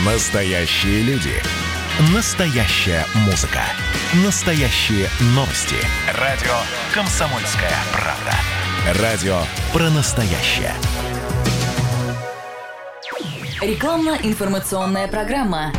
Настоящие люди. Настоящая музыка. Настоящие новости. Радио «Комсомольская правда». Радио про настоящее. Рекламно-информационная программа.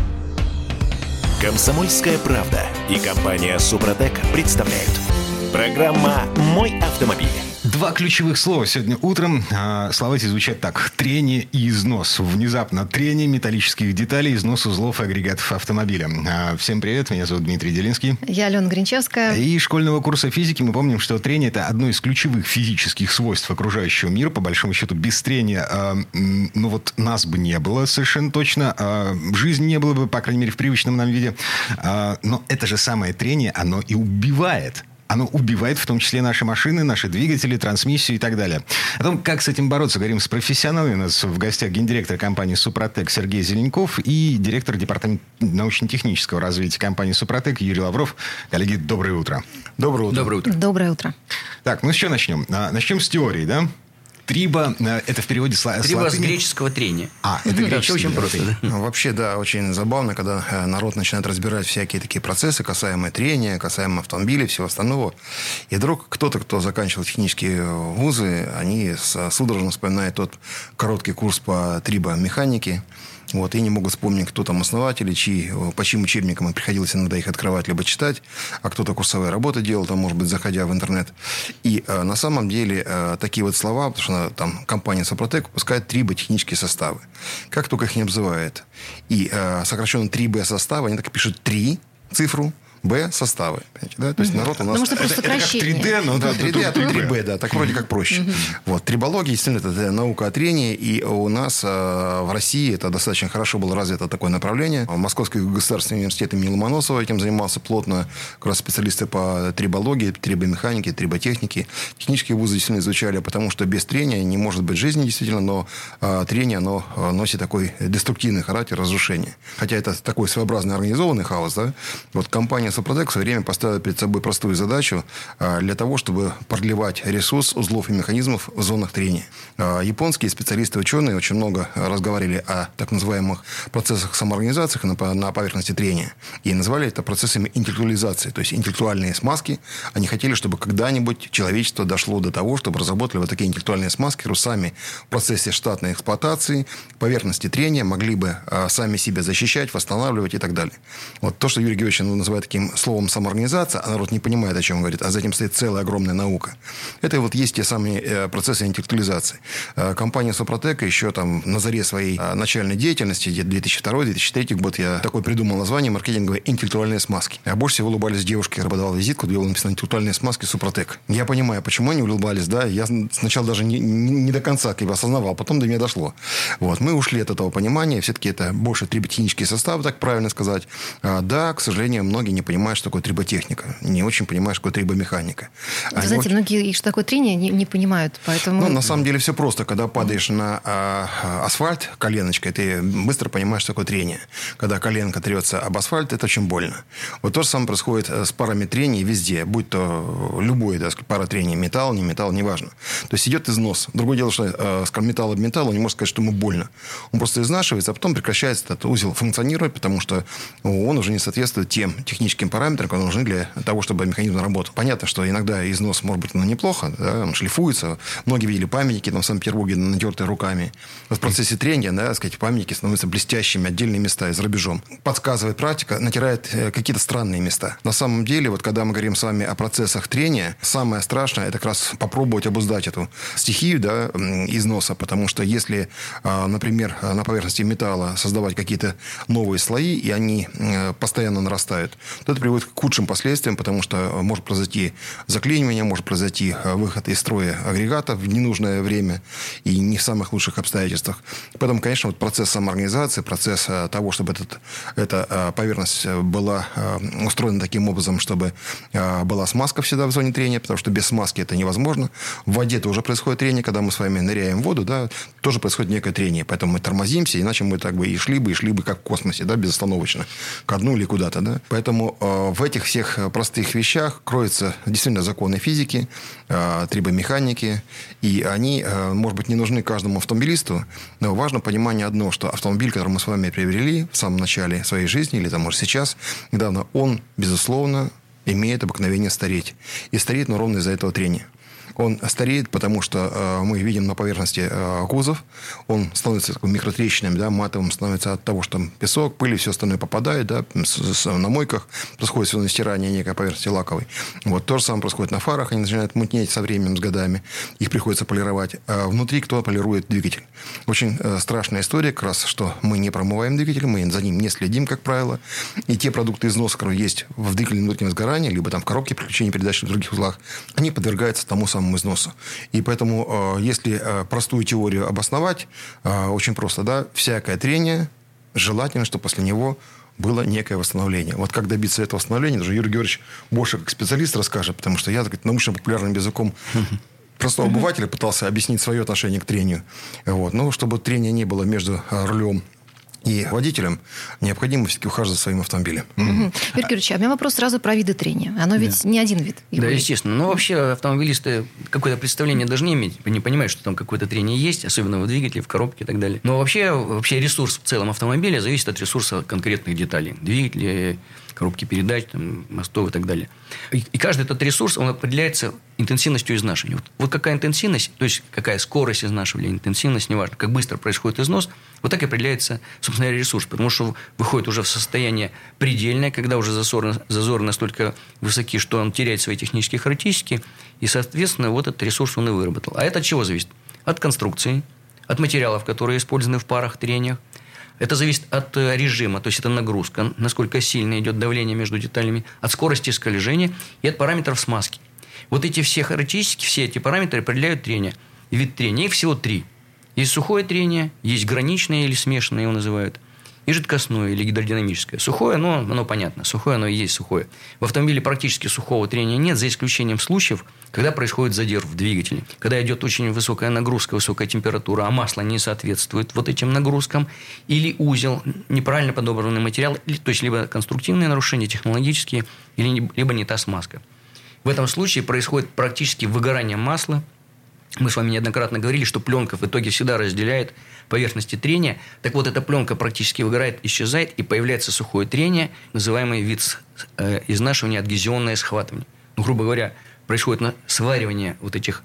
«Комсомольская правда» и компания «Супротек» представляют. Программа «Мой автомобиль». Два ключевых слова сегодня утром. Слова эти звучат так. Трение и износ. Внезапно трение металлических деталей, износ узлов и агрегатов автомобиля. Всем привет, меня зовут Дмитрий Делинский. Я Алена Гринчевская. И из школьного курса физики мы помним, что трение – это одно из ключевых физических свойств окружающего мира. По большому счету, без трения, нас бы не было совершенно точно. Жизни не было бы, по крайней мере, в привычном нам виде. Но это же самое трение, оно и убивает. Оно убивает в том числе наши машины, наши двигатели, трансмиссию и так далее. О том, как с этим бороться, говорим с профессионалами. У нас в гостях гендиректор компании «Супротек» Сергей Зеленков и директор департамента научно-технического развития компании «Супротек» Юрий Лавров. Коллеги, доброе утро. Доброе утро. Доброе утро. Доброе утро. Так, с чего начнем? Начнем с теории, да? Триба, это в переводе с латыни. Триба с греческого трения. Это греческое. Очень просто. Вообще, да, очень забавно, когда народ начинает разбирать всякие такие процессы, касаемые трения, касаемые автомобилей, всего остального. И вдруг кто-то, кто заканчивал технические вузы, они судорожно вспоминают тот короткий курс по трибомеханике. И не могут вспомнить, кто там основатели, по чьим учебникам им приходилось иногда их открывать, либо читать, а кто-то курсовые работы делал, там, может быть, заходя в интернет. И на самом деле такие вот слова, потому что там компания «Супротек» выпускает триботехнические составы. Как только их не обзывает. И сокращенно 3Б составы, они так и пишут 3 цифру, Б составы. Да? То есть народ у нас... Потому что просто сокращение. Это как 3D, но да, 3D, а тут 3B, да, так вроде как проще. Трибология, действительно, это наука о трении, и у нас в России это достаточно хорошо было развито такое направление. Московский государственный университет имени Ломоносова этим занимался плотно, как раз специалисты по трибологии, трибомеханике, триботехнике. Технические вузы действительно изучали, потому что без трения не может быть жизни, действительно, но трение, оно носит такой деструктивный характер разрушения. Хотя это такой своеобразный организованный хаос, да. Компания «Супротек» в свое время поставила перед собой простую задачу для того, чтобы продлевать ресурс узлов и механизмов в зонах трения. Японские специалисты, ученые очень много разговаривали о так называемых процессах самоорганизации на поверхности трения. И назвали это процессами интеллектуализации. То есть интеллектуальные смазки. Они хотели, чтобы когда-нибудь человечество дошло до того, чтобы разработали вот такие интеллектуальные смазки, которые сами в процессе штатной эксплуатации поверхности трения могли бы сами себя защищать, восстанавливать и так далее. То, что Юрий Георгиевич называет таким словом самоорганизация, а народ не понимает, о чем он говорит, а за этим стоит целая огромная наука. Это есть те самые процессы интеллектуализации. Компания «Супротек» еще там на заре своей начальной деятельности, где-то 2002-2003 год, я такой придумал название маркетинговые интеллектуальные смазки. А больше всего улыбались девушки, я подавал визитку, где было написано «интеллектуальные смазки «Супротек». Я понимаю, почему они улыбались, да, я сначала даже не до конца осознавал, потом до меня дошло. Мы ушли от этого понимания, все-таки это больше триботехнический состав, так правильно сказать. Да, к сожалению, многие не понимают, что такое триботехника. Не очень понимают, что такое трибомеханика. Вы знаете, многие, что такое трение, не понимают. Поэтому... На самом деле все просто. Когда падаешь на асфальт коленочкой, ты быстро понимаешь, что такое трение. Когда коленка трется об асфальт, это очень больно. То же самое происходит с парами трения везде. Будь то любой, пара трения, металл, не металл, неважно. То есть идет износ. Другое дело, что металл об металл, он не может сказать, что ему больно. Он просто изнашивается, а потом прекращается этот узел функционировать, потому что он уже не соответствует тем техническим параметрам, которые нужны для того, чтобы механизм работал. Понятно, что иногда износ может быть неплохо, да, он шлифуется. Многие видели памятники в Санкт-Петербурге, натертые руками. В процессе трения, памятники становятся блестящими, отдельные места и за рубежом. Подсказывает практика, натирает какие-то странные места. На самом деле, когда мы говорим с вами о процессах трения, самое страшное, это как раз попробовать обуздать эту стихию, да, износа, потому что если, например, на поверхности металла создавать какие-то новые слои, и они постоянно нарастают, то это приводит к худшим последствиям, потому что может произойти заклинивание, может произойти выход из строя агрегата в ненужное время и не в самых лучших обстоятельствах. Поэтому, конечно, процесс самоорганизации, процесс того, чтобы эта поверхность была устроена таким образом, чтобы была смазка всегда в зоне трения, потому что без смазки это невозможно. В воде тоже происходит трение, когда мы с вами ныряем в воду, да, тоже происходит некое трение. Поэтому мы тормозимся, иначе мы и шли бы как в космосе, да, безостановочно, ко дну или куда-то. Да. Поэтому в этих всех простых вещах кроются действительно законы физики, трибомеханики. И они, может быть, не нужны каждому автомобилисту, но важно понимание одно, что автомобиль, который мы с вами приобрели в самом начале своей жизни, или там, может, сейчас, недавно, он, безусловно, имеет обыкновение стареть. И стареет, но ровно из-за этого трения. Он стареет, потому что мы видим на поверхности кузов, он становится таким микротрещинами, да, матовым становится от того, что там песок, пыль и все остальное попадает, да, на мойках происходит все стирание некой поверхности лаковой. Вот то же самое происходит на фарах, они начинают мутнеть со временем, с годами, их приходится полировать. А внутри кто полирует двигатель? Очень страшная история, как раз, что мы не промываем двигатель, мы за ним не следим, как правило, и те продукты износа, которые есть в двигателе внутреннего сгорания, либо там в коробке переключения передач в других узлах, они подвергаются тому самому износа. И поэтому, если простую теорию обосновать, очень просто, да, всякое трение, желательно, чтобы после него было некое восстановление. Вот как добиться этого восстановления, даже Юрий Георгиевич больше как специалист расскажет, потому что я, так научно-популярным языком простого обывателя пытался объяснить свое отношение к трению. Вот. Но чтобы трения не было между рулем и водителем, необходимо все-таки ухаживать за своим автомобилем. Юрий Георгиевич, а у меня вопрос сразу про виды трения. Оно ведь не один вид. Да, естественно. Но вообще автомобилисты какое-то представление должны иметь. Не понимают, что там какое-то трение есть, особенно в двигателе, в коробке и так далее. Но вообще ресурс в целом автомобиля зависит от ресурса конкретных деталей. Двигателя, коробки передач, там, мостов и так далее. И каждый этот ресурс, он определяется интенсивностью изнашивания. Вот какая интенсивность, то есть какая скорость изнашивания, интенсивность, неважно, как быстро происходит износ, вот так и определяется, собственно, ресурс. Потому что выходит уже в состояние предельное, когда уже зазоры настолько высоки, что он теряет свои технические характеристики, и, соответственно, вот этот ресурс он и выработал. А это от чего зависит? От конструкции, от материалов, которые использованы в парах, трениях. Это зависит от режима, то есть это нагрузка, насколько сильно идет давление между деталями, от скорости скольжения и от параметров смазки. Вот эти все характеристики, все эти параметры определяют трение. Вид трения, их всего 3. Есть сухое трение, есть граничное или смешанное его называют, и жидкостное или гидродинамическое. Сухое, оно понятно, сухое оно и есть сухое. В автомобиле практически сухого трения нет, за исключением случаев, когда происходит задир в двигателе. Когда идет очень высокая нагрузка, высокая температура, а масло не соответствует вот этим нагрузкам, или узел, неправильно подобранный материал, то есть либо конструктивные нарушения, технологические, либо не та смазка. В этом случае происходит практически выгорание масла. Мы с вами неоднократно говорили, что пленка в итоге всегда разделяет поверхности трения. Так вот, эта пленка практически выгорает, исчезает, и появляется сухое трение, называемый вид изнашивания, адгезионное схватывание. Грубо говоря, происходит сваривание вот этих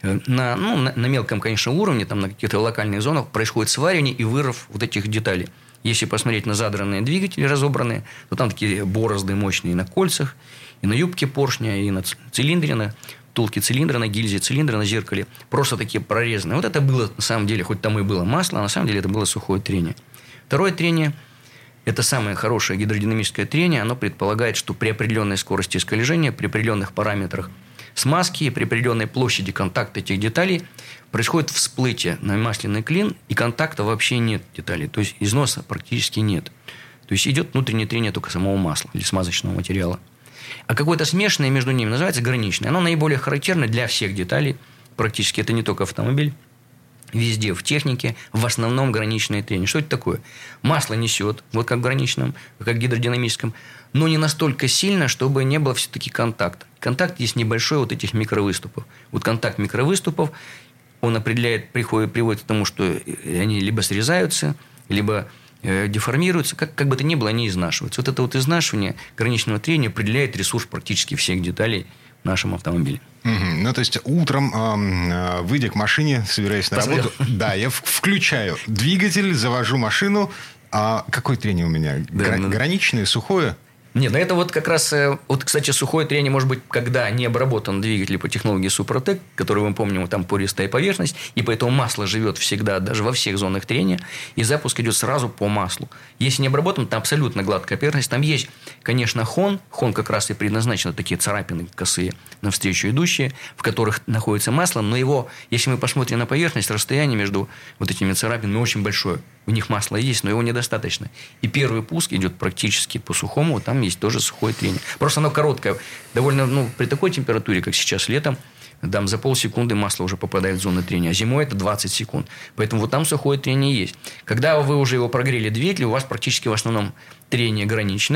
на мелком, конечно, уровне, там, на каких-то локальных зонах происходит сваривание и вырыв вот этих деталей. Если посмотреть на задранные двигатели разобранные, то там такие борозды мощные на кольцах, и на юбке поршня, и на цилиндре, на втулке цилиндра, на гильзе цилиндра, на зеркале. Просто такие прорезанные. Вот это было, на самом деле, хоть там и было масло, а на самом деле это было сухое трение. Второе трение – это самое хорошее гидродинамическое трение. Оно предполагает, что при определенной скорости скольжения, при определенных параметрах смазки, при определенной площади контакта этих деталей происходит всплытие на масляный клин, и контакта вообще нет деталей. То есть износа практически нет. То есть идет внутреннее трение только самого масла или смазочного материала. А какое-то смешанное между ними называется граничное. Оно наиболее характерно для всех деталей. Практически это не только автомобиль. Везде, в технике, в основном граничное трение. Что это такое? Масло несет, вот как в граничном, как в гидродинамическом, но не настолько сильно, чтобы не было все-таки контакта. Контакт есть небольшой вот этих микровыступов. Вот контакт микровыступов, он приводит к тому, что они либо срезаются, либо деформируются, как бы то ни было, они изнашиваются. Вот это вот изнашивание граничного трения определяет ресурс практически всех деталей в нашем автомобиле. Ну, то есть, утром, выйдя к машине, собираясь на работу, да, я включаю двигатель, завожу машину. А какое трение у меня? Граничное, сухое? Нет, ну это вот как раз, вот, кстати, сухое трение может быть, когда не обработан двигатель по технологии Супротек, который мы помним, там пористая поверхность, и поэтому масло живет всегда, даже во всех зонах трения, и запуск идет сразу по маслу. Если не обработан, там абсолютно гладкая поверхность. Там есть, конечно, хон как раз и предназначен, такие царапины косые, навстречу идущие, в которых находится масло, но его, если мы посмотрим на поверхность, расстояние между вот этими царапинами очень большое. У них масло есть, но его недостаточно. И первый пуск идет практически по сухому, там есть тоже сухое трение. Просто оно короткое. Довольно, при такой температуре, как сейчас летом, там за полсекунды масло уже попадает в зону трения. А зимой это 20 секунд. Поэтому вот там сухое трение есть. Когда вы уже его прогрели двигатель, у вас практически в основном трение граничное.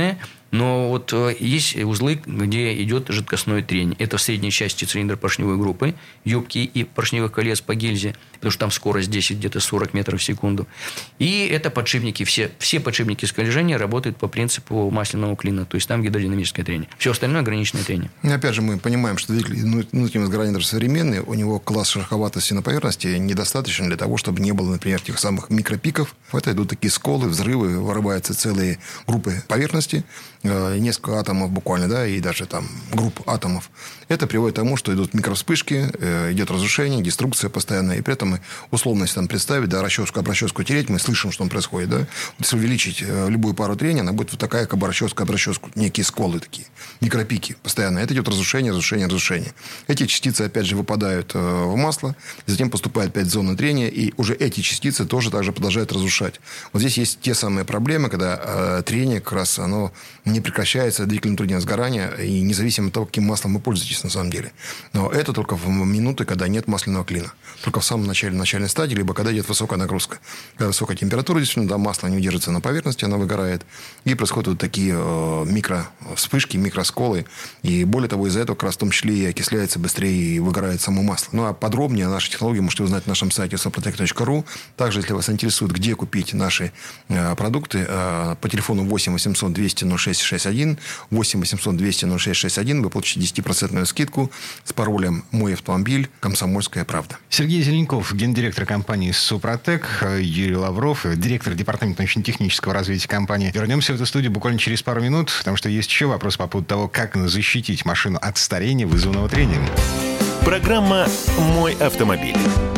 Но вот есть узлы, где идет жидкостное трение. Это в средней части цилиндра поршневой группы, юбки и поршневых колец по гильзе, потому что там скорость 10, где-то 40 метров в секунду. И это подшипники. Все подшипники скольжения работают по принципу масляного клина, то есть там гидродинамическое трение. Все остальное ограниченное трение. И опять же, мы понимаем, что двигатель внутреннего сгорания даже современный, у него класс шероховатости на поверхности недостаточен для того, чтобы не было, например, тех самых микропиков. В это идут такие сколы, взрывы, вырываются целые группы поверхности, несколько атомов буквально, да, и даже там групп атомов. Это приводит к тому, что идут микровспышки, идет разрушение, деструкция постоянная. И при этом мы условно, если там представить, да, расческу тереть, мы слышим, что там происходит, да. Если увеличить любую пару трения, она будет вот такая, как бы расческу, некие сколы такие, микропики постоянно. Это идет разрушение. Эти частицы, опять же, выпадают в масло, затем поступают опять в зону трения, и уже эти частицы тоже также продолжают разрушать. Вот здесь есть те самые проблемы, когда трение как раз, оно не прекращается, двигатель внутреннего сгорания, и независимо от того, каким маслом вы пользуетесь на самом деле. Но это только в минуты, когда нет масляного клина. Только в самом начальной стадии, либо когда идет высокая нагрузка. Когда высокая температура, действительно, да, масло не удержится на поверхности, оно выгорает. И происходят вот такие микровспышки, микросколы. И более того, из-за этого как раз в том числе и окисляется быстрее и выгорает само масло. Ну, а подробнее о нашей технологии можете узнать на нашем сайте suprotec.ru. Также, если вас интересует, где купить наши продукты, по телефону 8 800 200 0661, 8 800 200 0661 вы получите 10% скидку с паролем «Мой автомобиль. Комсомольская правда». Сергей Зеленков, гендиректор компании «Супротек», Юрий Лавров, директор департамента научно-технического развития компании. Вернемся в эту студию буквально через пару минут, потому что есть еще вопрос по поводу того, как защитить машину от старения, вызванного трением. Программа «Мой автомобиль».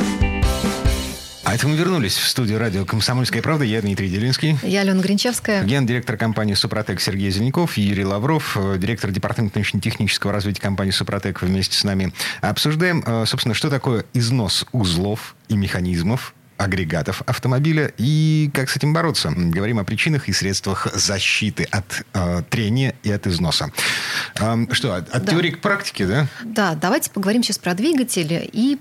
А это мы вернулись в студию радио «Комсомольская правда». Я Дмитрий Делинский. Я Алена Гринчевская. Гендиректор компании «Супротек» Сергей Зеленков, Юрий Лавров, директор департамента научно-технического развития компании «Супротек» вместе с нами. Обсуждаем, собственно, что такое износ узлов и механизмов, агрегатов автомобиля и как с этим бороться. Говорим о причинах и средствах защиты от трения и от износа. Что, от теории к практике, да? Да, давайте поговорим сейчас про двигатели и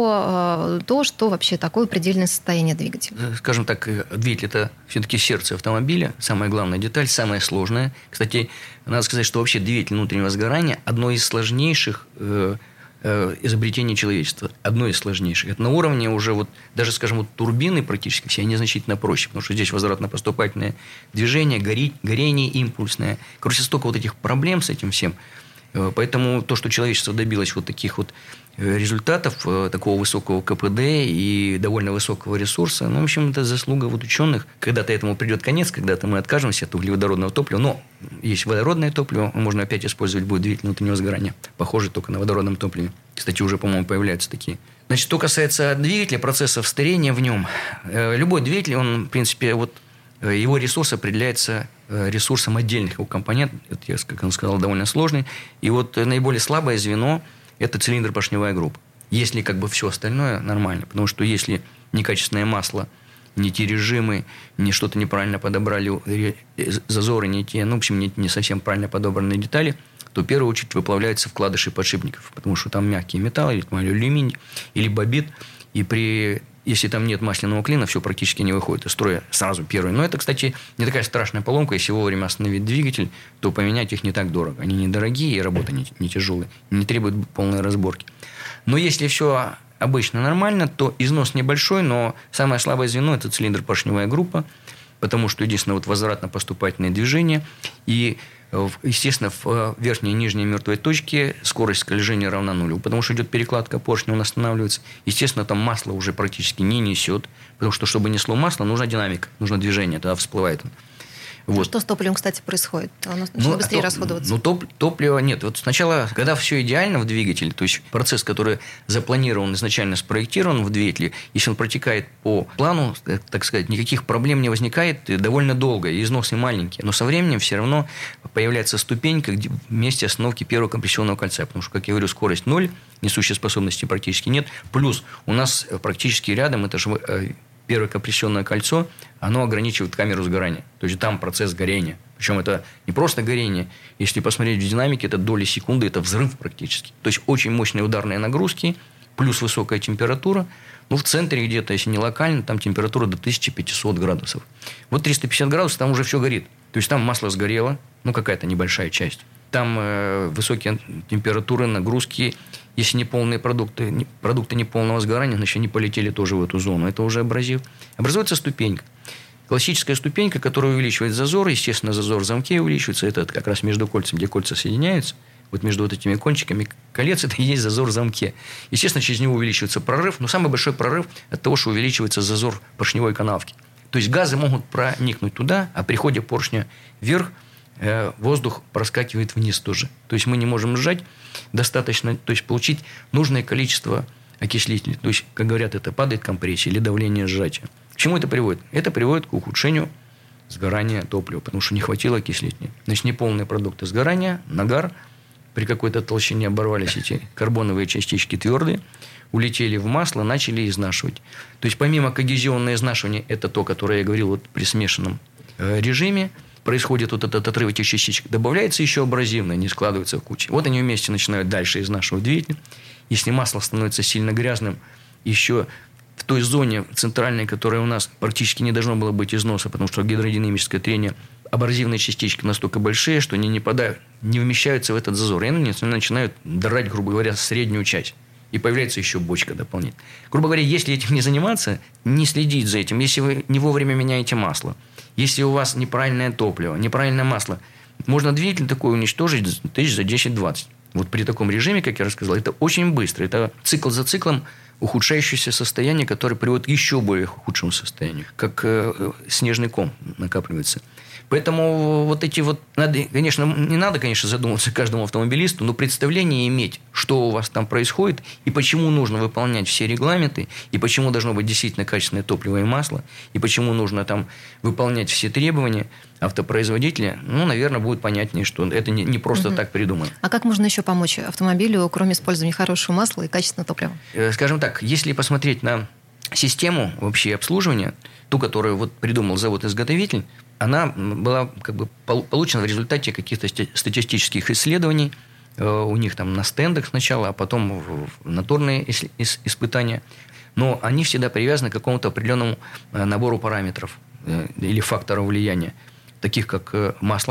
про то, что вообще такое предельное состояние двигателя. Скажем так, двигатель – это все-таки сердце автомобиля, самая главная деталь, самая сложная. Кстати, надо сказать, что вообще двигатель внутреннего сгорания – одно из сложнейших изобретение человечества. Одно из сложнейших. Это на уровне уже вот, даже, скажем, вот турбины практически все, они значительно проще, потому что здесь возвратно-поступательное движение, горение импульсное. Короче, столько вот этих проблем с этим всем. Поэтому то, что человечество добилось вот таких вот результатов, такого высокого КПД и довольно высокого ресурса, ну, в общем, это заслуга вот ученых. Когда-то этому придет конец, когда-то мы откажемся от углеводородного топлива, но есть водородное топливо, можно опять использовать будет двигатель внутреннего сгорания, похожий только на водородном топливе. Кстати, уже, по-моему, появляются такие. Значит, что касается двигателя, процессов старения в нем, любой двигатель, он, в принципе, вот его ресурс определяется ресурсом отдельных его компонентов. Это, я, как он сказал, довольно сложный. И вот наиболее слабое звено – это цилиндр-поршневая группа. Если как бы все остальное нормально. Потому что если некачественное масло, не те режимы, не что-то неправильно подобрали, зазоры не те, ну, в общем, не совсем правильно подобранные детали, то в первую очередь выплавляются вкладыши подшипников. Потому что там мягкие металлы, алюминий или бобит. И если там нет масляного клина, все практически не выходит из строя сразу первый. Но это, кстати, не такая страшная поломка. Если вовремя остановить двигатель, то поменять их не так дорого. Они недорогие, и работа не тяжелая, не требует полной разборки. Но если все обычно нормально, то износ небольшой, но самое слабое звено – это цилиндр-поршневая группа, потому что единственное вот возвратно-поступательное движение. И, естественно, в верхней и нижней мертвой точке скорость скольжения равна нулю, потому что идет перекладка поршня, он останавливается. Естественно, там масло уже практически не несет, потому что, чтобы несло масло, нужна динамика, нужно движение, тогда всплывает он. Вот. Что с топливом, кстати, происходит? Оно начинает быстрее расходоваться. Ну, топлива нет. Вот сначала, когда все идеально в двигателе, то есть процесс, который запланирован, изначально спроектирован в двигателе, если он протекает по плану, так сказать, никаких проблем не возникает, и довольно долго, и износы маленькие. Но со временем все равно появляется ступенька в месте остановки первого компрессионного кольца. Потому что, как я говорю, скорость 0, несущей способности практически нет. Плюс у нас практически рядом, это же первое компрессионное кольцо, оно ограничивает камеру сгорания. То есть там процесс горения. Причем это не просто горение. Если посмотреть в динамике, это доли секунды, это взрыв практически. То есть очень мощные ударные нагрузки плюс высокая температура. В центре где-то, если не локально, там температура до 1500 градусов. Вот 350 градусов, там уже все горит. То есть, там масло сгорело, какая-то небольшая часть. Там высокие температуры, нагрузки. Если не полные продукты неполного сгорания, значит, они полетели тоже в эту зону. Это уже абразив. Образуется ступенька. Классическая ступенька, которая увеличивает зазор. Естественно, зазор в замке увеличивается. Это как раз между кольцами, где кольца соединяются. Вот между вот этими кончиками колец это и есть зазор в замке. Естественно, через него увеличивается прорыв. Но самый большой прорыв от того, что увеличивается зазор поршневой канавки. То есть, газы могут проникнуть туда, а при ходе поршня вверх воздух проскакивает вниз тоже. То есть, мы не можем сжать достаточно, то есть, получить нужное количество окислителей. То есть, как говорят, это падает компрессия или давление сжатия. К чему это приводит? Это приводит к ухудшению сгорания топлива, потому что не хватило окислителей. Значит, неполные продукты сгорания, нагар, при какой-то толщине оборвались эти карбоновые частички твердые, улетели в масло, начали изнашивать. То есть, помимо когезионного изнашивания, это то, которое я говорил вот при смешанном режиме, происходит вот этот отрыв этих частичек, добавляется еще абразивное, они складываются в кучу. Вот они вместе начинают дальше изнашивать двигатель. Если масло становится сильно грязным, еще в той зоне центральной, которая у нас практически не должно было быть износа, потому что гидродинамическое трение, абразивные частички настолько большие, что они не вмещаются в этот зазор. И они начинают драть, грубо говоря, среднюю часть. И появляется еще бочка дополнительная. Грубо говоря, если этим не заниматься, не следить за этим, если вы не вовремя меняете масло, если у вас неправильное топливо, неправильное масло, можно двигатель такой уничтожить тысяч за 10-20. Вот при таком режиме, как я рассказал, это очень быстро. Это цикл за циклом ухудшающееся состояние, которое приводит к еще более худшему состоянию. Как снежный ком накапливается. Поэтому вот эти вот... не надо, конечно, задумываться каждому автомобилисту, но представление иметь, что у вас там происходит, и почему нужно выполнять все регламенты, и почему должно быть действительно качественное топливо и масло, и почему нужно там выполнять все требования автопроизводителя, наверное, будет понятнее, что это не просто так придумано. А как можно еще помочь автомобилю, кроме использования хорошего масла и качественного топлива? Скажем так, если посмотреть на систему вообще обслуживания, ту, которую вот придумал завод-изготовитель, она была получена в результате каких-то статистических исследований. У них там на стендах сначала, а потом моторные испытания. Но они всегда привязаны к какому-то определенному набору параметров или факторов влияния. Таких как масло,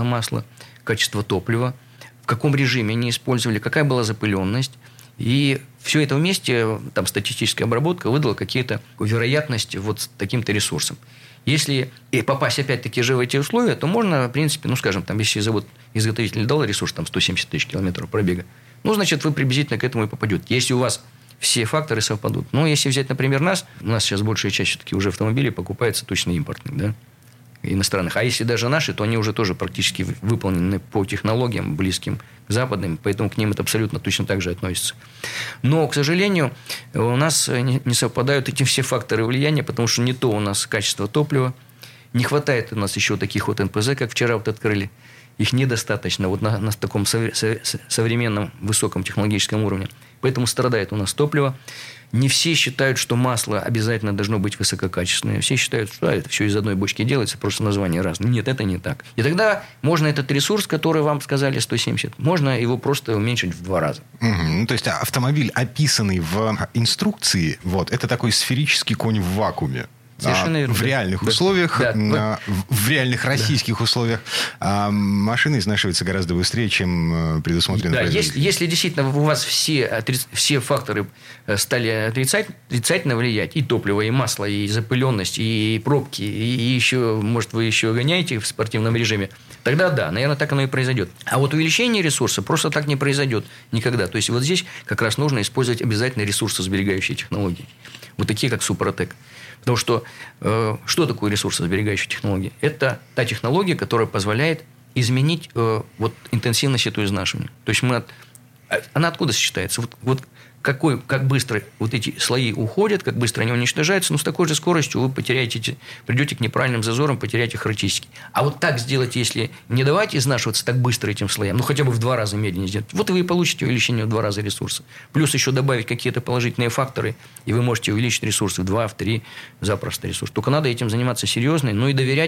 качество топлива, в каком режиме они использовали, какая была запыленность. И все это вместе, там статистическая обработка выдала какие-то вероятности вот с таким-то ресурсом. Если попасть опять-таки же в эти условия, то можно, в принципе, если завод-изготовитель дал ресурс, 170 тысяч километров пробега, значит, вы приблизительно к этому и попадете. Если у вас все факторы совпадут. Если взять, например, нас, у нас сейчас большая часть все-таки уже автомобилей покупается точно импортных, да, иностранных. А если даже наши, то они уже тоже практически выполнены по технологиям, близким к западным, поэтому к ним это абсолютно точно так же относится. Но, к сожалению, у нас не совпадают эти все факторы влияния, потому что не то у нас качество топлива, не хватает у нас еще таких вот НПЗ, как вчера вот открыли, их недостаточно вот на таком современном высоком технологическом уровне. Поэтому страдает у нас топливо. Не все считают, что масло обязательно должно быть высококачественное. Все считают, что это все из одной бочки делается, просто название разное. Нет, это не так. И тогда можно этот ресурс, который вам сказали 170, можно его просто уменьшить в 2 раза. То есть автомобиль, описанный в инструкции, это такой сферический конь в вакууме. В реальных условиях, в реальных российских условиях машина изнашивается гораздо быстрее, чем предусмотрено производителем. Если действительно у вас все факторы стали отрицательно влиять, и топливо, и масло, и запыленность, и пробки, и еще, может, вы еще гоняете в спортивном режиме, тогда да, наверное, так оно и произойдет. А вот увеличение ресурса просто так не произойдет никогда. То есть, вот здесь как раз нужно использовать обязательно ресурсосберегающие технологии. Вот такие, как Супротек. Потому что что такое ресурсосберегающая технология? Это та технология, которая позволяет изменить интенсивность этого изнашивания. То есть она откуда считается? Как быстро вот эти слои уходят, как быстро они уничтожаются, но с такой же скоростью вы придете к неправильным зазорам, потеряете характеристики. А вот так сделать, если не давать изнашиваться так быстро этим слоям, хотя бы в 2 раза медленнее сделать, вот вы и получите увеличение в 2 раза ресурса. Плюс еще добавить какие-то положительные факторы, и вы можете увеличить ресурсы в 2, в 3, запросто ресурс. Только надо этим заниматься серьезно, и доверять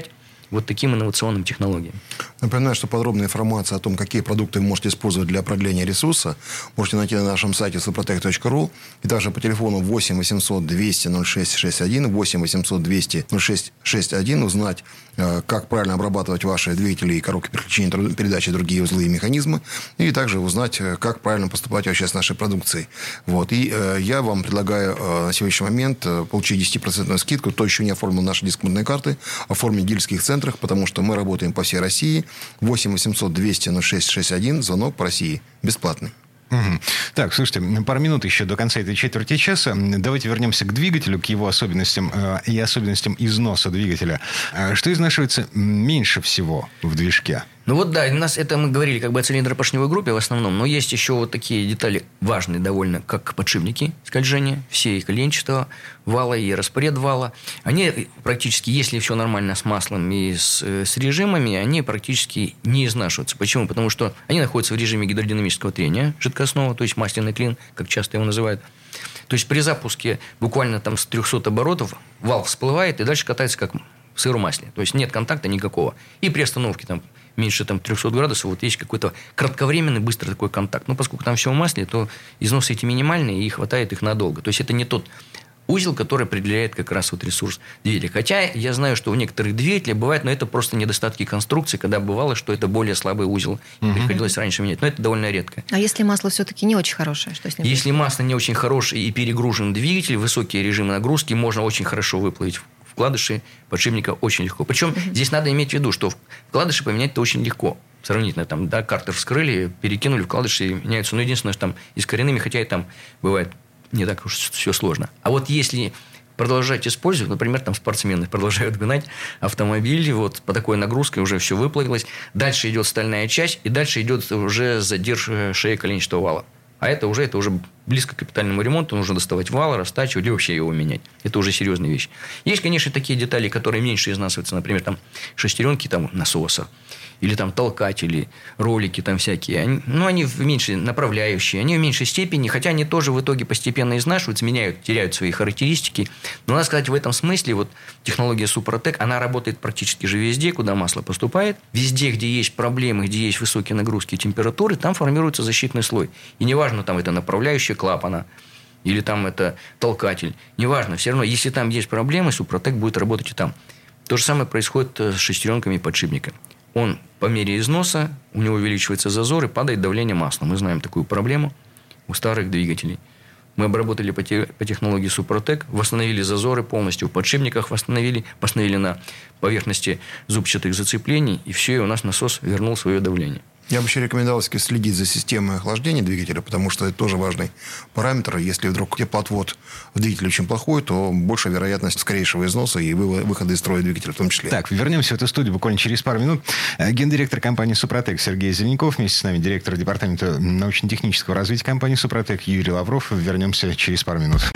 вот таким инновационным технологиям. Напоминаю, что подробная информация о том, какие продукты вы можете использовать для продления ресурса, можете найти на нашем сайте suprotec.ru и также по телефону 8 800 200 0661, 8 800 200 0661 узнать, как правильно обрабатывать ваши двигатели и коробки переключения передачи и другие узлы и механизмы, и также узнать, как правильно поступать вообще с нашей продукцией. Вот. И я вам предлагаю на сегодняшний момент получить 10% скидку, кто еще не оформил наши дисконтные карты, оформить в дилерских центрах, потому что мы работаем по всей России. 8 800 200 0661, звонок по России, бесплатный. Угу. Так, слушайте, пару минут еще до конца этой четверти часа. Давайте вернемся к двигателю, к его особенностям и особенностям износа двигателя. Что изнашивается меньше всего в движке? Ну вот да, у нас это мы говорили как бы о цилиндропоршневой группе в основном, но есть еще вот такие детали важные довольно, как подшипники скольжения, все и коленчатого вала, и распоред вала. Они практически, если все нормально с маслом и с режимами, они практически не изнашиваются. Почему? Потому что они находятся в режиме гидродинамического трения жидкостного, то есть масляный клин, как часто его называют. То есть при запуске буквально там с 300 оборотов вал всплывает и дальше катается как в сыром масле. То есть нет контакта никакого. И при остановке там меньше 300 градусов, вот есть какой-то кратковременный, быстрый такой контакт. Но поскольку там все в масле, то износы эти минимальные, и хватает их надолго. То есть это не тот узел, который определяет как раз вот ресурс двигателя. Хотя я знаю, что у некоторых двигателей бывает, но это просто недостатки конструкции, когда бывало, что это более слабый узел, и приходилось раньше менять. Но это довольно редко. А если масло все-таки не очень хорошее, что с ним? Если масло не очень хорошее и перегружен двигатель, высокие режимы нагрузки, можно очень хорошо выплавить вкладыши подшипника очень легко. Причем здесь надо иметь в виду, что вкладыши поменять-то очень легко. Сравнительно, там, да, картер вскрыли, перекинули, вкладыши меняются. Но единственное, что там и с коренными, хотя и там бывает не так уж все сложно. А вот если продолжать использовать, например, там спортсмены продолжают гнать автомобиль, вот по такой нагрузке уже все выплавилось, дальше идет стальная часть, и дальше идет уже задирж шеи коленчатого вала. А это уже близко к капитальному ремонту. Нужно доставать вал, растачивать или вообще его менять. Это уже серьезная вещь. Есть, конечно, такие детали, которые меньше изнашиваются. Например, там шестеренки там, насоса. Или там толкатели, ролики там всякие. Они в меньшей направляющие. Они в меньшей степени. Хотя они тоже в итоге постепенно изнашиваются, теряют свои характеристики. Но надо сказать, в этом смысле вот технология Супротек, она работает практически же везде, куда масло поступает. Везде, где есть проблемы, где есть высокие нагрузки и температуры, там формируется защитный слой. И неважно, там это направляющая клапана, или там это толкатель. Неважно, все равно, если там есть проблемы, Супротек будет работать и там. То же самое происходит с шестеренками и подшипниками. Он по мере износа, у него увеличивается зазор и падает давление масла. Мы знаем такую проблему у старых двигателей. Мы обработали по технологии Супротек, восстановили зазоры полностью в подшипниках, восстановили на поверхности зубчатых зацеплений, и все, и у нас насос вернул свое давление. Я бы еще рекомендовал следить за системой охлаждения двигателя, потому что это тоже важный параметр. Если вдруг теплоотвод в двигателе очень плохой, то большая вероятность скорейшего износа и выхода из строя двигателя в том числе. Так, вернемся в эту студию буквально через пару минут. Гендиректор компании «Супротек» Сергей Зеленяков. Вместе с нами директор департамента научно-технического развития компании «Супротек» Юрий Лавров. Вернемся через пару минут.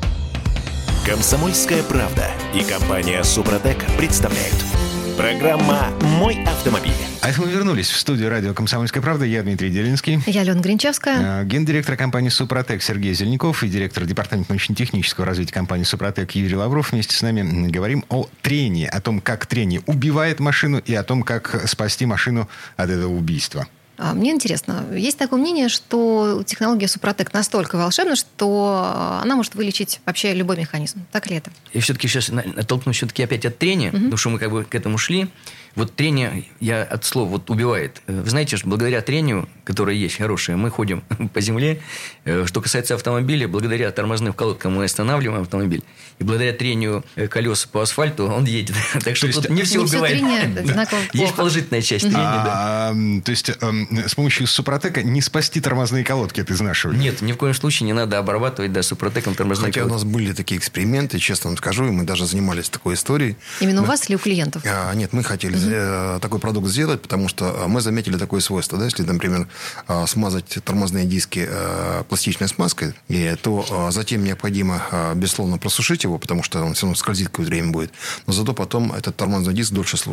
«Комсомольская правда» и компания «Супротек» представляют. Программа «Мой автомобиль». А это мы вернулись в студию радио «Комсомольская правда». Я Дмитрий Делинский. Я Алена Гринчевская. Гендиректор компании «Супротек» Сергей Зеленяков и директор департамента научно-технического развития компании «Супротек» Юрий Лавров. Вместе с нами говорим о трении, о том, как трение убивает машину и о том, как спасти машину от этого убийства. Мне интересно, есть такое мнение, что технология Супротек настолько волшебна, что она может вылечить вообще любой механизм. Так ли это? Я все-таки сейчас оттолкнусь опять от трения, потому что мы как бы к этому шли. Вот трение, я от слова вот убивает. Вы знаете, что благодаря трению, которое есть хорошее, мы ходим по земле. Что касается автомобиля, благодаря тормозным колодкам мы останавливаем автомобиль. И благодаря трению колес по асфальту он едет. Так что тут не все убивает. Есть положительная часть трения. То есть с помощью Супротека не спасти тормозные колодки от изнашивания? Нет, ни в коем случае не надо обрабатывать Супротеком тормозные колодки. Хотя у нас были такие эксперименты, честно вам скажу, и мы даже занимались такой историей. Именно у вас или у клиентов? Нет, мы хотели такой продукт сделать, потому что мы заметили такое свойство. Да? Если, например, смазать тормозные диски пластичной смазкой, то затем необходимо, безусловно, просушить его, потому что он все равно скользит какое-то время будет. Но зато потом этот тормозной диск дольше служит.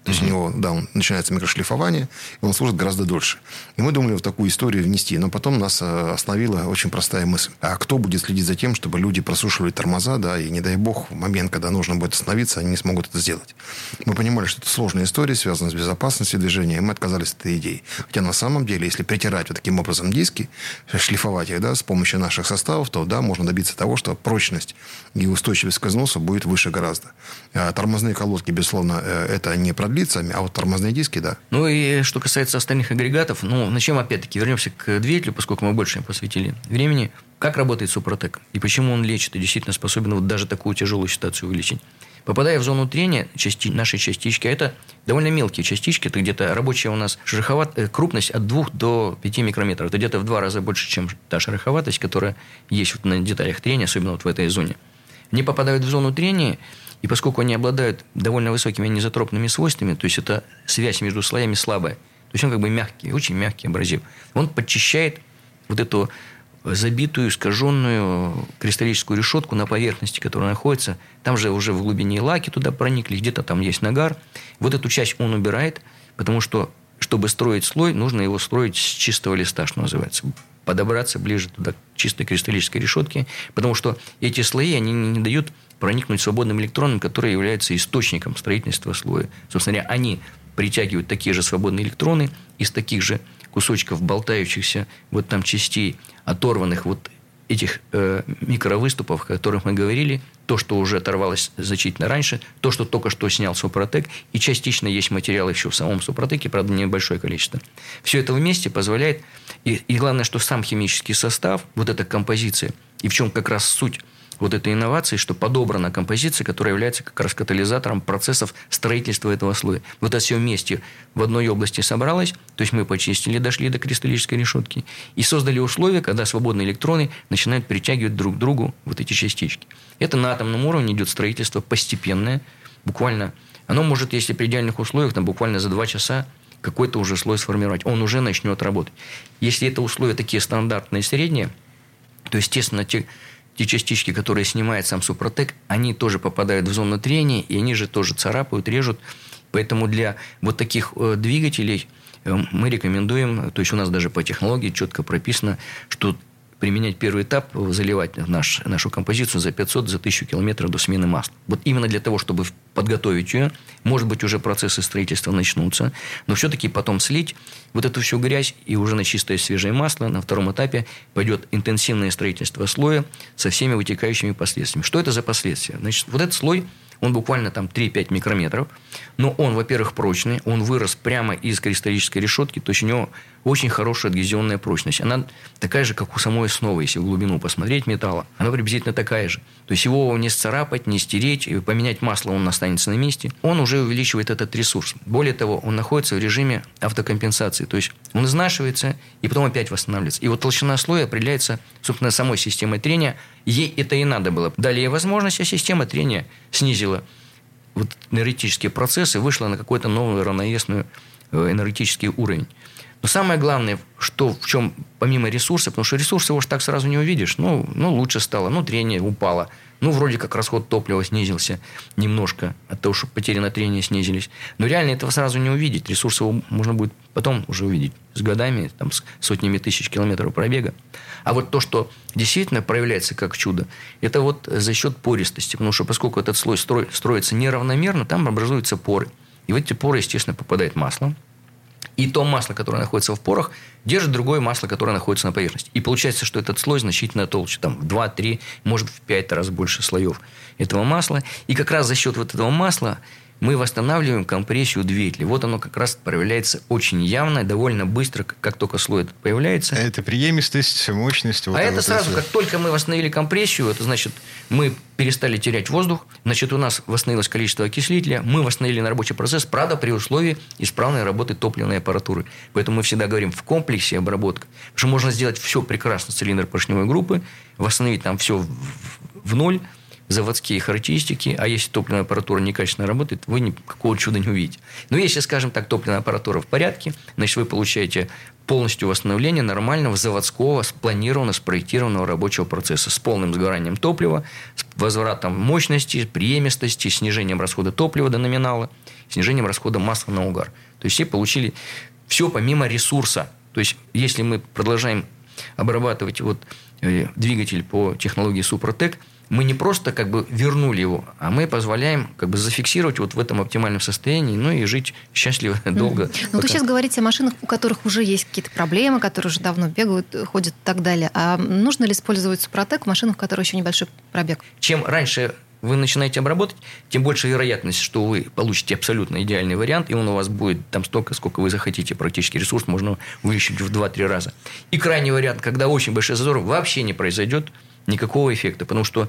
То есть у него, начинается микрошлифование, и он служит гораздо дольше. И мы думали в такую историю внести. Но потом нас остановила очень простая мысль. А кто будет следить за тем, чтобы люди просушивали тормоза, и не дай бог, в момент, когда нужно будет остановиться, они не смогут это сделать. Мы понимали, что это сложная история, связанная с безопасностью движения, и мы отказались от этой идеи. Хотя на самом деле, если притирать вот таким образом диски, шлифовать их, с помощью наших составов, то, можно добиться того, что прочность и устойчивость к износа будет выше гораздо. Тормозные колодки, безусловно, это не продлится, а вот тормозные диски, да. Ну и что касается остальных агрегатов, начнем опять-таки, вернемся к двигателю, поскольку мы больше посвятили времени. Как работает Супротек и почему он лечит и действительно способен вот даже такую тяжелую ситуацию вылечить? Попадая в зону трения, наши частички, это довольно мелкие частички, это где-то рабочая у нас крупность от 2 до 5 микрометров. Это где-то в 2 раза больше, чем та шероховатость, которая есть вот на деталях трения, особенно вот в этой зоне. Они попадают в зону трения, и поскольку они обладают довольно высокими анизотропными свойствами, то есть это связь между слоями слабая, то есть он как бы мягкий, очень мягкий абразив, он подчищает вот эту забитую, искаженную кристаллическую решетку на поверхности, которая находится. Там же уже в глубине лаки туда проникли, где-то там есть нагар. Вот эту часть он убирает, потому что, чтобы строить слой, нужно его строить с чистого листа, что называется. Подобраться ближе туда, к чистой кристаллической решетке, потому что эти слои, они не дают проникнуть свободным электронам, которые являются источником строительства слоя. Собственно говоря, они притягивают такие же свободные электроны из таких же кусочков болтающихся вот там частей, оторванных вот этих микровыступов, о которых мы говорили, то, что уже оторвалось значительно раньше, то, что только что снял Супротек, и частично есть материал еще в самом Супротеке, правда, небольшое количество. Все это вместе позволяет, и главное, что сам химический состав, вот эта композиция, и в чем как раз суть вот этой инновации, что подобрана композиция, которая является как раз катализатором процессов строительства этого слоя. Вот это все вместе в одной области собралось, то есть мы почистили, дошли до кристаллической решетки и создали условия, когда свободные электроны начинают притягивать друг к другу вот эти частички. Это на атомном уровне идет строительство постепенное, буквально. Оно может, если при идеальных условиях, там буквально за 2 часа какой-то уже слой сформировать. Он уже начнет работать. Если это условия такие стандартные, средние, то, естественно, те частички, которые снимает сам Супротек, они тоже попадают в зону трения, и они же тоже царапают, режут. Поэтому для вот таких двигателей мы рекомендуем, то есть у нас даже по технологии четко прописано, что применять первый этап, заливать нашу композицию за 500, за 1000 километров до смены масла. Вот именно для того, чтобы подготовить ее, может быть, уже процессы строительства начнутся, но все-таки потом слить вот эту всю грязь, и уже на чистое свежее масло на втором этапе пойдет интенсивное строительство слоя со всеми вытекающими последствиями. Что это за последствия? Значит, вот этот слой, он буквально там 3-5 микрометров, но он, во-первых, прочный, он вырос прямо из кристаллической решетки, то есть у него очень хорошая адгезионная прочность. Она такая же, как у самой основы, если в глубину посмотреть металла. Она приблизительно такая же. То есть его не сцарапать, не стереть, и поменять масло, он останется на месте. Он уже увеличивает этот ресурс. Более того, он находится в режиме автокомпенсации. То есть он изнашивается и потом опять восстанавливается. И вот толщина слоя определяется, собственно, самой системой трения. Ей это и надо было. Дали ей возможность, а система трения снизила вот энергетические процессы, вышла на какой-то новый равновесный энергетический уровень. Но самое главное, в чем помимо ресурса, потому что ресурс его ж так сразу не увидишь, лучше стало, трение упало, вроде как расход топлива снизился немножко от того, что потери на трение снизились. Но реально этого сразу не увидеть. Ресурс его можно будет потом уже увидеть с годами, там, с сотнями тысяч километров пробега. А вот то, что действительно проявляется как чудо, это вот за счет пористости. Потому что поскольку этот слой строится неравномерно, там образуются поры. И в эти поры, естественно, попадает масло. И то масло, которое находится в порах, держит другое масло, которое находится на поверхности. И получается, что этот слой значительно толще. Там в 2, 3, может, в 5 раз больше слоев этого масла. И как раз за счет вот этого масла мы восстанавливаем компрессию двигателя. Вот оно как раз проявляется очень явно, довольно быстро, как только слой этот появляется. Это преемистость, мощность. Вот это сразу, как только мы восстановили компрессию, это значит, мы перестали терять воздух, значит, у нас восстановилось количество окислителя, мы восстановили на рабочий процесс, правда, при условии исправной работы топливной аппаратуры. Поэтому мы всегда говорим в комплексе обработка. Потому что можно сделать все прекрасно, цилиндр поршневой группы, восстановить там все в ноль, заводские характеристики, а если топливная аппаратура некачественно работает, вы никакого чуда не увидите. Но если, скажем так, топливная аппаратура в порядке, значит, вы получаете полностью восстановление нормального заводского, спланированного, спроектированного рабочего процесса с полным сгоранием топлива, с возвратом мощности, преемистости, снижением расхода топлива до номинала, снижением расхода масла на угар. То есть все получили все помимо ресурса. То есть если мы продолжаем обрабатывать двигатель по технологии Супротек, мы не просто вернули его, а мы позволяем зафиксировать в этом оптимальном состоянии, и жить счастливо, долго. Но вы сейчас говорите о машинах, у которых уже есть какие-то проблемы, которые уже давно бегают, ходят и так далее. А нужно ли использовать Супротек в машинах, у которых еще небольшой пробег? Чем раньше вы начинаете обработать, тем больше вероятность, что вы получите абсолютно идеальный вариант, и он у вас будет там столько, сколько вы захотите. Практически ресурс можно увеличить в 2-3 раза. И крайний вариант, когда очень большой зазор, вообще не произойдет никакого эффекта, потому что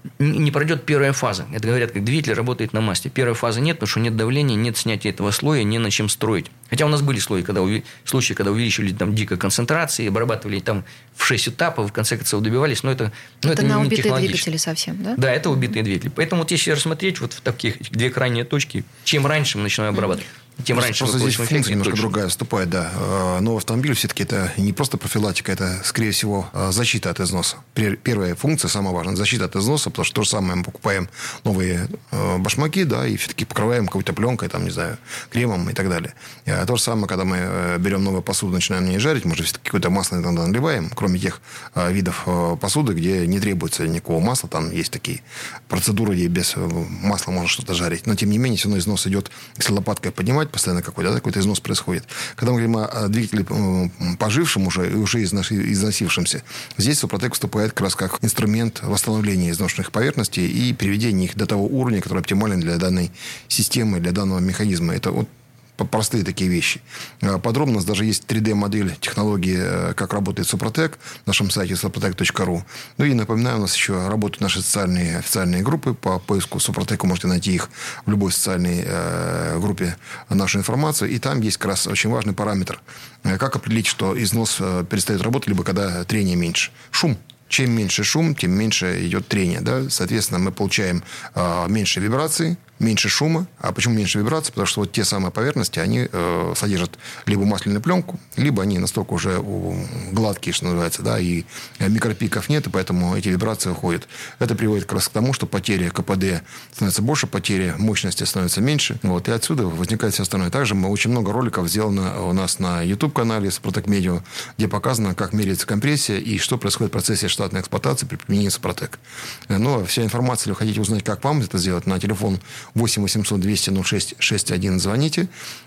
не пройдет первая фаза. Это говорят, как двигатель работает на масле. Первой фазы нет, потому что нет давления, нет снятия этого слоя, не на чем строить. Хотя у нас были случаи, когда увеличивали там дико концентрации, обрабатывали там в 6 этапов, в конце концов добивались, но это на не убитые технологично. Двигатели совсем, да? Да, это убитые двигатели. Поэтому если рассмотреть в таких две крайние точки, чем раньше мы начинаем обрабатывать, тем раньше просто здесь функция немножко дольше. другая вступает, да. Новый автомобиль все-таки это не просто профилактика, это, скорее всего, защита от износа. Первая функция, самая важная, защита от износа, потому что то же самое мы покупаем новые башмаки, да, и все-таки покрываем какой-то пленкой, там, не знаю, кремом и так далее. То же самое, когда мы берем новую посуду, начинаем на ней жарить, мы же все-таки какое-то масло иногда наливаем, кроме тех видов посуды, где не требуется никакого масла, там есть такие процедуры, где без масла можно что-то жарить. Но, тем не менее, все равно износ идет, если лопаткой поднимать, постоянно какой-то износ происходит. Когда мы говорим о двигателе пожившем уже износившемся, здесь Супротек вступает как раз как инструмент восстановления изношенных поверхностей и приведения их до того уровня, который оптимален для данной системы, для данного механизма. Это простые такие вещи. Подробно у нас даже есть 3D-модель технологии, как работает Супротек на нашем сайте suprotec.ru. И напоминаю, у нас еще работают наши официальные группы по поиску Супротека. Можете найти их в любой социальной группе нашу информацию. И там есть как раз очень важный параметр. Как определить, что износ перестает работать, либо когда трение меньше. Шум. Чем меньше шум, тем меньше идет трение. Да? Соответственно, мы получаем меньше вибраций, меньше шума. А почему меньше вибраций? Потому что те самые поверхности, они содержат либо масляную пленку, либо они настолько уже гладкие, что называется, да, и микропиков нет, и поэтому эти вибрации уходят. Это приводит как раз к тому, что потери КПД становятся больше, потери мощности становятся меньше. И отсюда возникает все остальное. Также очень много роликов сделано у нас на YouTube-канале Супротек Медиа, где показано, как меряется компрессия и что происходит в процессе штатной эксплуатации при применении Супротек. Но вся информация, если вы хотите узнать, как вам это сделать, на телефон 8 800 200 06 61 звоните.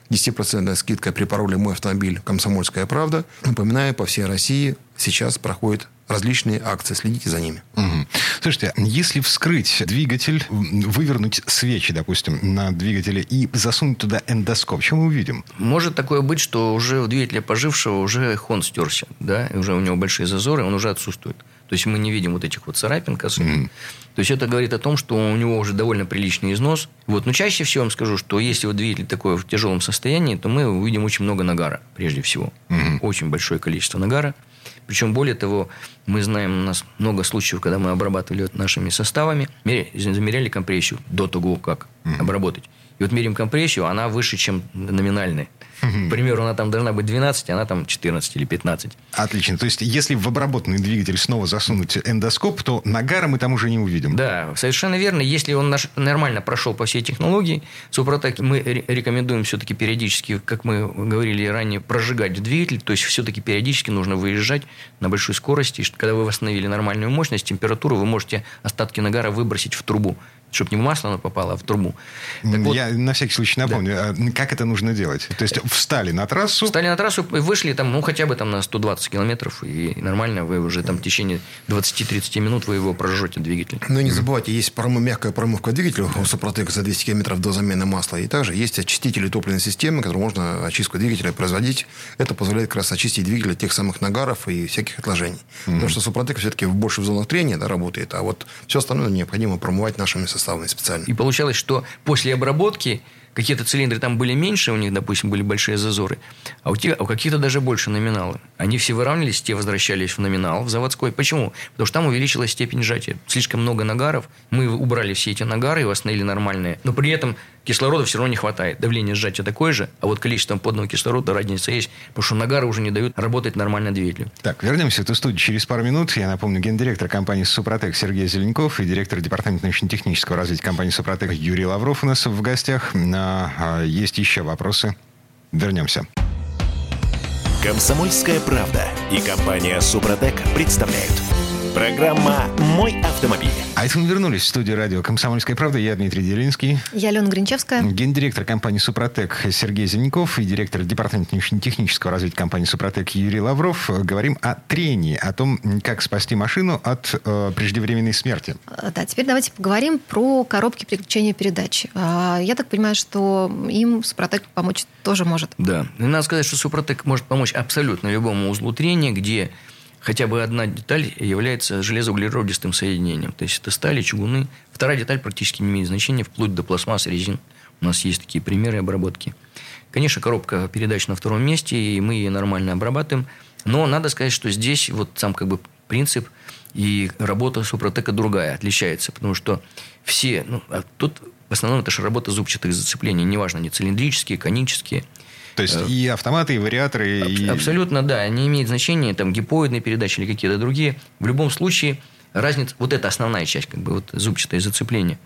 10% скидка при пароле «Мой автомобиль. Комсомольская правда». Напоминаю, по всей России сейчас проходят различные акции. Следите за ними. Угу. Слушайте, если вскрыть двигатель, вывернуть свечи, допустим, на двигателе и засунуть туда эндоскоп, что мы увидим? Может такое быть, что уже у двигателя пожившего уже хон стерся, да, и уже у него большие зазоры, он уже отсутствует. То есть мы не видим этих царапин косых. То есть это говорит о том, что у него уже довольно приличный износ. Но чаще всего я вам скажу, что если двигатель такой в тяжелом состоянии, то мы увидим очень много нагара, прежде всего. Очень большое количество нагара. Причем, более того, мы знаем, у нас много случаев, когда мы обрабатывали нашими составами, замеряли компрессию до того, как обработать. И меряем компрессию, она выше, чем номинальная. К примеру, она там должна быть 12, а она там 14 или 15. Отлично. То есть, если в обработанный двигатель снова засунуть эндоскоп, то нагара мы там уже не увидим. Да, совершенно верно. Если он нормально прошел по всей технологии, Супротек мы рекомендуем все-таки периодически, как мы говорили ранее, прожигать двигатель. То есть, все-таки периодически нужно выезжать на большой скорости. И когда вы восстановили нормальную мощность, температуру, вы можете остатки нагара выбросить в трубу. Чтобы не в масло оно попало, а в трубу. Я на всякий случай напомню, как это нужно делать? То есть, встали на трассу, вышли там, хотя бы там на 120 километров, и нормально вы уже там в течение 20-30 минут вы его прожжете, двигатель. Но не забывайте, есть мягкая промывка двигателя у Супротека за 200 километров до замены масла. И также есть очистители топливной системы, которые можно очистку двигателя производить. Это позволяет как раз очистить двигатель от тех самых нагаров и всяких отложений. Потому что Супротек все-таки больше в зонах трения работает, а все остальное необходимо промывать нашими составами специально. И получалось, что после обработки какие-то цилиндры там были меньше, у них, допустим, были большие зазоры, а у каких-то даже больше номиналы. Они все выравнивались, те возвращались в номинал, в заводской. Почему? Потому что там увеличилась степень сжатия. Слишком много нагаров. Мы убрали все эти нагары и восстановили нормальные. Но при этом кислорода все равно не хватает. Давление сжатия такое же, а вот количеством подного кислорода разница есть, потому что нагары уже не дают работать нормально двигателю. Так, вернемся в эту студию через пару минут. Я напомню, гендиректор компании «Супротек» Сергей Зеленков и директор департамента научно-технического развития компании «Супротек» Юрий Лавров у нас в гостях. Есть еще вопросы. Вернемся. «Комсомольская правда» и компания «Супротек» представляют. Программа «Мой автомобиль». А это мы вернулись в студию радио «Комсомольская правда». Я Дмитрий Делинский. Я Алена Гринчевская. Гендиректор компании «Супротек» Сергей Зеленков и директор департамента технического развития компании «Супротек» Юрий Лавров. Говорим о трении, о том, как спасти машину от преждевременной смерти. Да, теперь давайте поговорим про коробки переключения передач. Я так понимаю, что им «Супротек» помочь тоже может. Да. И надо сказать, что «Супротек» может помочь абсолютно любому узлу трения, где хотя бы одна деталь является железоуглеродистым соединением. То есть, это стали, чугуны. Вторая деталь практически не имеет значения, вплоть до пластмасс, резин. У нас есть такие примеры обработки. Конечно, коробка передач на втором месте, и мы ее нормально обрабатываем. Но надо сказать, что здесь вот сам как бы принцип и работа «Супротека» другая, отличается. Потому что все... тут в основном это же работа зубчатых зацеплений. Неважно, они цилиндрические, конические. То есть и автоматы, и вариаторы. Абсолютно, да. Не имеет значения, там, гипоидные передачи или какие-то другие. В любом случае, разница... Вот это основная часть, как бы, вот зубчатое зацепление.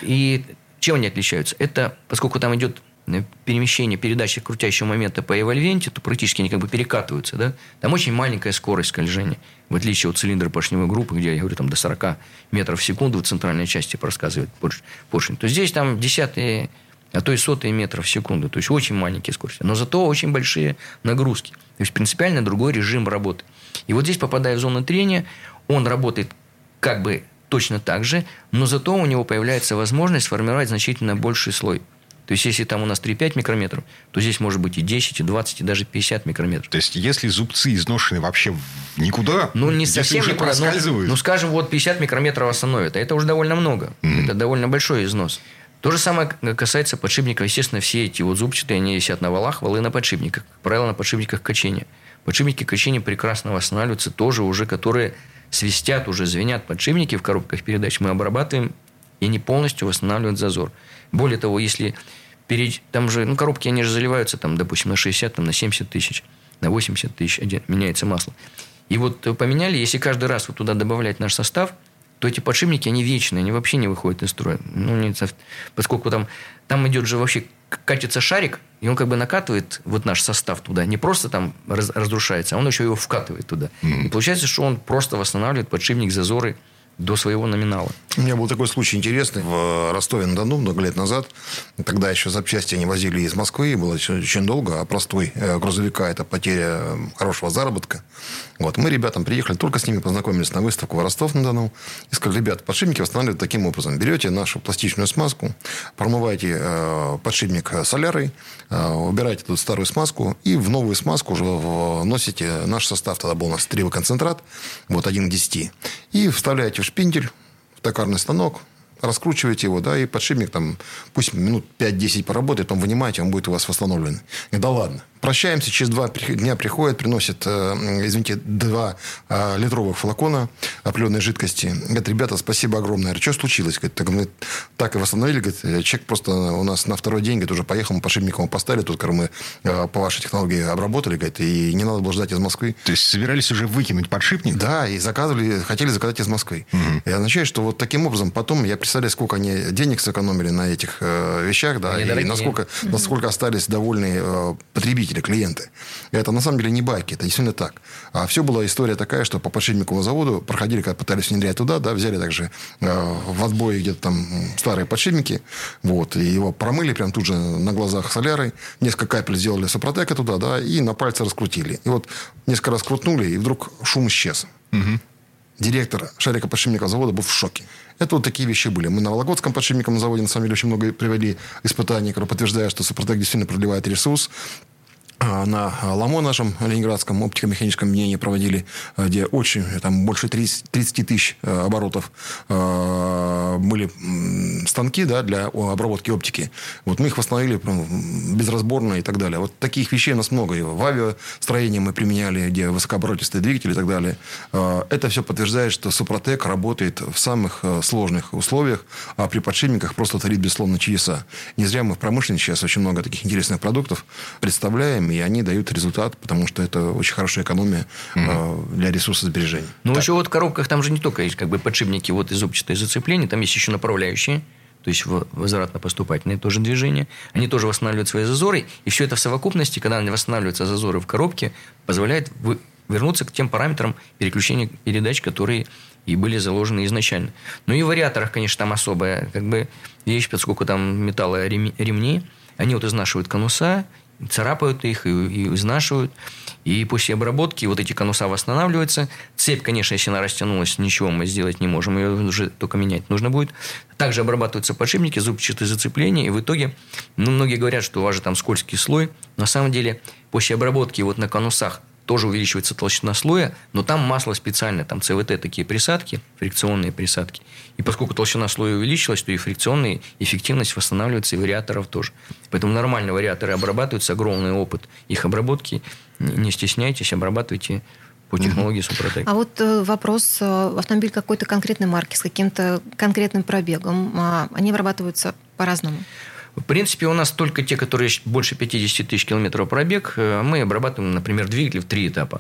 И чем они отличаются? Это, поскольку там идет перемещение передачи крутящего момента по эвольвенте, то практически они как бы перекатываются, да? Там очень маленькая скорость скольжения. В отличие от цилиндра поршневой группы, где, я говорю, там до 40 метров в секунду в центральной части рассказывает поршень. То здесь там десятые... а то и сотые метров в секунду. То есть, очень маленькие скорости. Но зато очень большие нагрузки. То есть, принципиально другой режим работы. И вот здесь, попадая в зону трения, он работает как бы точно так же, но зато у него появляется возможность сформировать значительно больший слой. То есть, если там у нас 3-5 микрометров, то здесь может быть и 10, и 20, и даже 50 микрометров. То есть, если зубцы изношены вообще в никуда, не совсем уже проскальзывают. Скажем, вот 50 микрометров остановит. А это уже довольно много. Это довольно большой износ. То же самое касается подшипников. Естественно, все эти вот зубчатые, они висят на валах, валы на подшипниках. Как правило, на подшипниках качения. Подшипники качения прекрасно восстанавливаются тоже уже, которые свистят, уже звенят подшипники в коробках передач. Мы обрабатываем, и они полностью восстанавливают зазор. Более того, если там же, коробки, они же заливаются, там, допустим, на 60, там, на 70 тысяч, на 80 тысяч меняется масло. И вот поменяли, если каждый раз вот туда добавлять наш состав, то эти подшипники, они вечные, они вообще не выходят из строя. Поскольку там идет же вообще, катится шарик, и он как бы накатывает вот наш состав туда. Не просто там разрушается, а он еще его вкатывает туда. И получается, что он просто восстанавливает подшипник, зазоры до своего номинала. У меня был такой случай интересный в Ростове-на-Дону много лет назад. Тогда еще запчасти они возили из Москвы. Было очень долго. А простой грузовика – это потеря хорошего заработка. Вот. Мы ребятам приехали, только с ними познакомились на выставку в Ростов-на-Дону. И сказали: ребята, подшипники восстанавливают таким образом. Берете нашу пластичную смазку, промываете подшипник солярой, убираете тут старую смазку и в новую смазку уже вносите наш состав. Тогда был у нас стериловый концентрат, вот 1 к 10. И вставляете в шпиндель, в токарный станок, раскручиваете его, да, и подшипник там, пусть минут 5-10 поработает, потом вынимаете, он будет у вас восстановлен. И да ладно. Прощаемся, через 2 дня приходит, приносит, 2 литровых флакона определенной жидкости. Говорит: ребята, спасибо огромное. Говорит: что случилось? Говорит, мы так и восстановили. Говорит, человек просто у нас на второй день, говорит, уже поехал, мы подшипником поставили, тут, мы по вашей технологии обработали, говорит, и не надо было ждать из Москвы. То есть, собирались уже выкинуть подшипник? Да, и хотели заказать из Москвы. И означает, что вот таким образом потом, я представляю, сколько они денег сэкономили на этих вещах, да, и насколько остались довольны потребители, клиенты. И это на самом деле не байки, это действительно так. А все была история такая, что по подшипниковому заводу проходили, когда пытались внедрять туда, да, взяли также в отбое где-то там старые подшипники, вот, и его промыли прям тут же на глазах солярой, несколько капель сделали Супротека туда, да, и на пальцы раскрутили. И вот несколько раз крутнули, и вдруг шум исчез. Директор шарикоподшипникового завода был в шоке. Это вот такие вещи были. Мы на Вологодском подшипниковом заводе, на самом деле, очень много провели испытаний, которые подтверждают, что Супротек действительно продлевает ресурс. на ЛАМО нашем ленинградском оптико-механическом объединении проводили, где очень, там больше 30 тысяч оборотов были станки, да, для обработки оптики. Вот мы их восстановили безразборно и так далее. Вот таких вещей у нас много. И в авиастроении мы применяли, где высокооборотистые двигатели и так далее. Это все подтверждает, что Супротек работает в самых сложных условиях, а при подшипниках просто творит, безусловно, чудеса. Не зря мы в промышленности сейчас очень много таких интересных продуктов представляем, и они дают результат, потому что это очень хорошая экономия для ресурсосбережения. Ну, еще вот в коробках там же не только есть подшипники из зубчатых зацеплений, там есть еще направляющие, то есть возвратно-поступательные тоже движения. Они тоже восстанавливают свои зазоры. И все это в совокупности, когда они восстанавливаются зазоры в коробке, позволяет вернуться к тем параметрам переключения передач, которые и были заложены изначально. Ну и в вариаторах, конечно, там особая вещь, поскольку там металлоремни, они изнашивают конуса, царапают их и изнашивают. И после обработки эти конуса восстанавливаются. Цепь, конечно, если она растянулась, ничего мы сделать не можем. Ее уже только менять нужно будет. Также обрабатываются подшипники, зубчатые зацепления. И в итоге, многие говорят, что у вас же там скользкий слой. На самом деле, после обработки на конусах тоже увеличивается толщина слоя, но там масло специальное, там ЦВТ такие присадки, фрикционные присадки. И поскольку толщина слоя увеличилась, то и фрикционная эффективность восстанавливается, и вариаторов тоже. Поэтому нормально вариаторы обрабатываются, огромный опыт их обработки. Не стесняйтесь, обрабатывайте по технологии Супротек. А вопрос, автомобиль какой-то конкретной марки с каким-то конкретным пробегом, они обрабатываются по-разному? В принципе, у нас только те, которые больше 50 тысяч километров пробег, мы обрабатываем, например, двигатель в 3 этапа.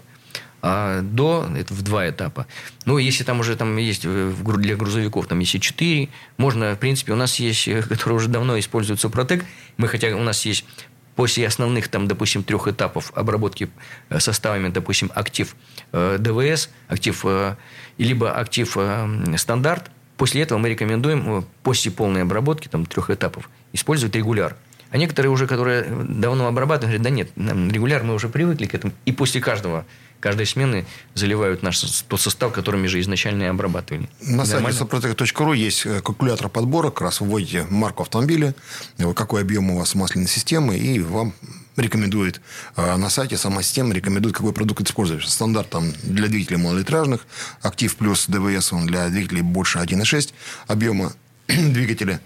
А до – это в 2 этапа. Ну, если там уже есть для грузовиков, там есть и 4, можно, в принципе, у нас есть, которые уже давно используют Супротек. Хотя у нас есть после основных, допустим, 3 этапов обработки составами, допустим, актив ДВС, актив, либо актив стандарт. После этого мы рекомендуем после полной обработки 3 этапов использовать регуляр. А некоторые уже, которые давно обрабатывают, говорят, да нет, регуляр мы уже привыкли к этому. И после каждой смены заливают тот состав, которыми же изначально и обрабатывали. На сайте suprotec.ru есть калькулятор подбора. Как раз вводите марку автомобиля, какой объем у вас масляной системы, и вам рекомендует на сайте, сама система рекомендует, какой продукт использовать. Стандарт для двигателей малолитражных, актив плюс ДВС он для двигателей больше 1,6 объема двигателя.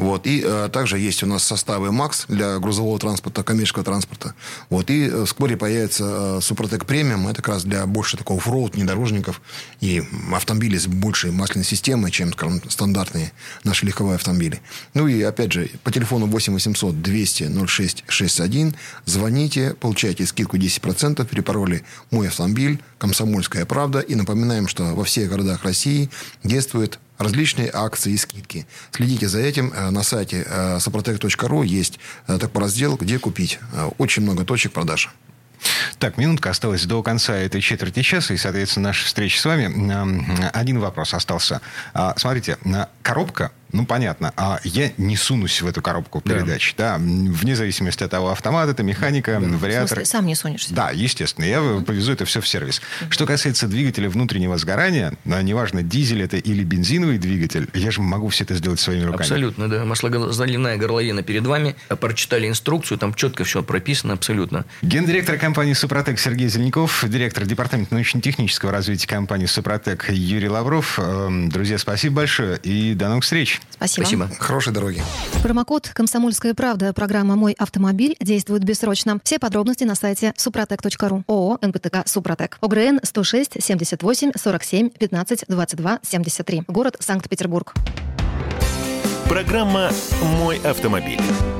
И также есть у нас составы МАКС для грузового транспорта, коммерческого транспорта. И вскоре появится Супротек премиум. Это как раз для больше такого оффроуд, внедорожников и автомобилей с большей масляной системой, чем, скажем, стандартные наши легковые автомобили. И опять же, по телефону 8 800 200 06 61 звоните, получайте скидку 10% при пароле «Мой автомобиль», «Комсомольская правда». И напоминаем, что во всех городах России действует различные акции и скидки. Следите за этим. На сайте suprotec.ru есть такой раздел, где купить. Очень много точек продаж. Так, минутка осталась до конца этой четверти часа, и, соответственно, наша встреча с вами. Один вопрос остался. Смотрите, коробка, понятно, я не сунусь в эту коробку передач, да, вне зависимости от того, автомат это, механика, вариатор. В смысле, сам не сунешься? Да, естественно, я повезу это все в сервис. Что касается двигателя внутреннего сгорания, неважно, дизель это или бензиновый двигатель, я же могу все это сделать своими руками. Абсолютно, да. Маслозаливная горловина перед вами, прочитали инструкцию, там четко все прописано, абсолютно. Гендиректор компании «Супротек» Сергей Зеленяков, директор департамента научно-технического развития компании «Супротек» Юрий Лавров. Друзья, спасибо большое и до новых встреч. Спасибо. Хорошей дороги. Промокод «Комсомольская правда» программа «Мой автомобиль» действует бессрочно. Все подробности на сайте suprotec.ru. ООО «НПТК Супротек». ОГРН 106 78 47 15 22 73. Город Санкт-Петербург. Программа «Мой автомобиль».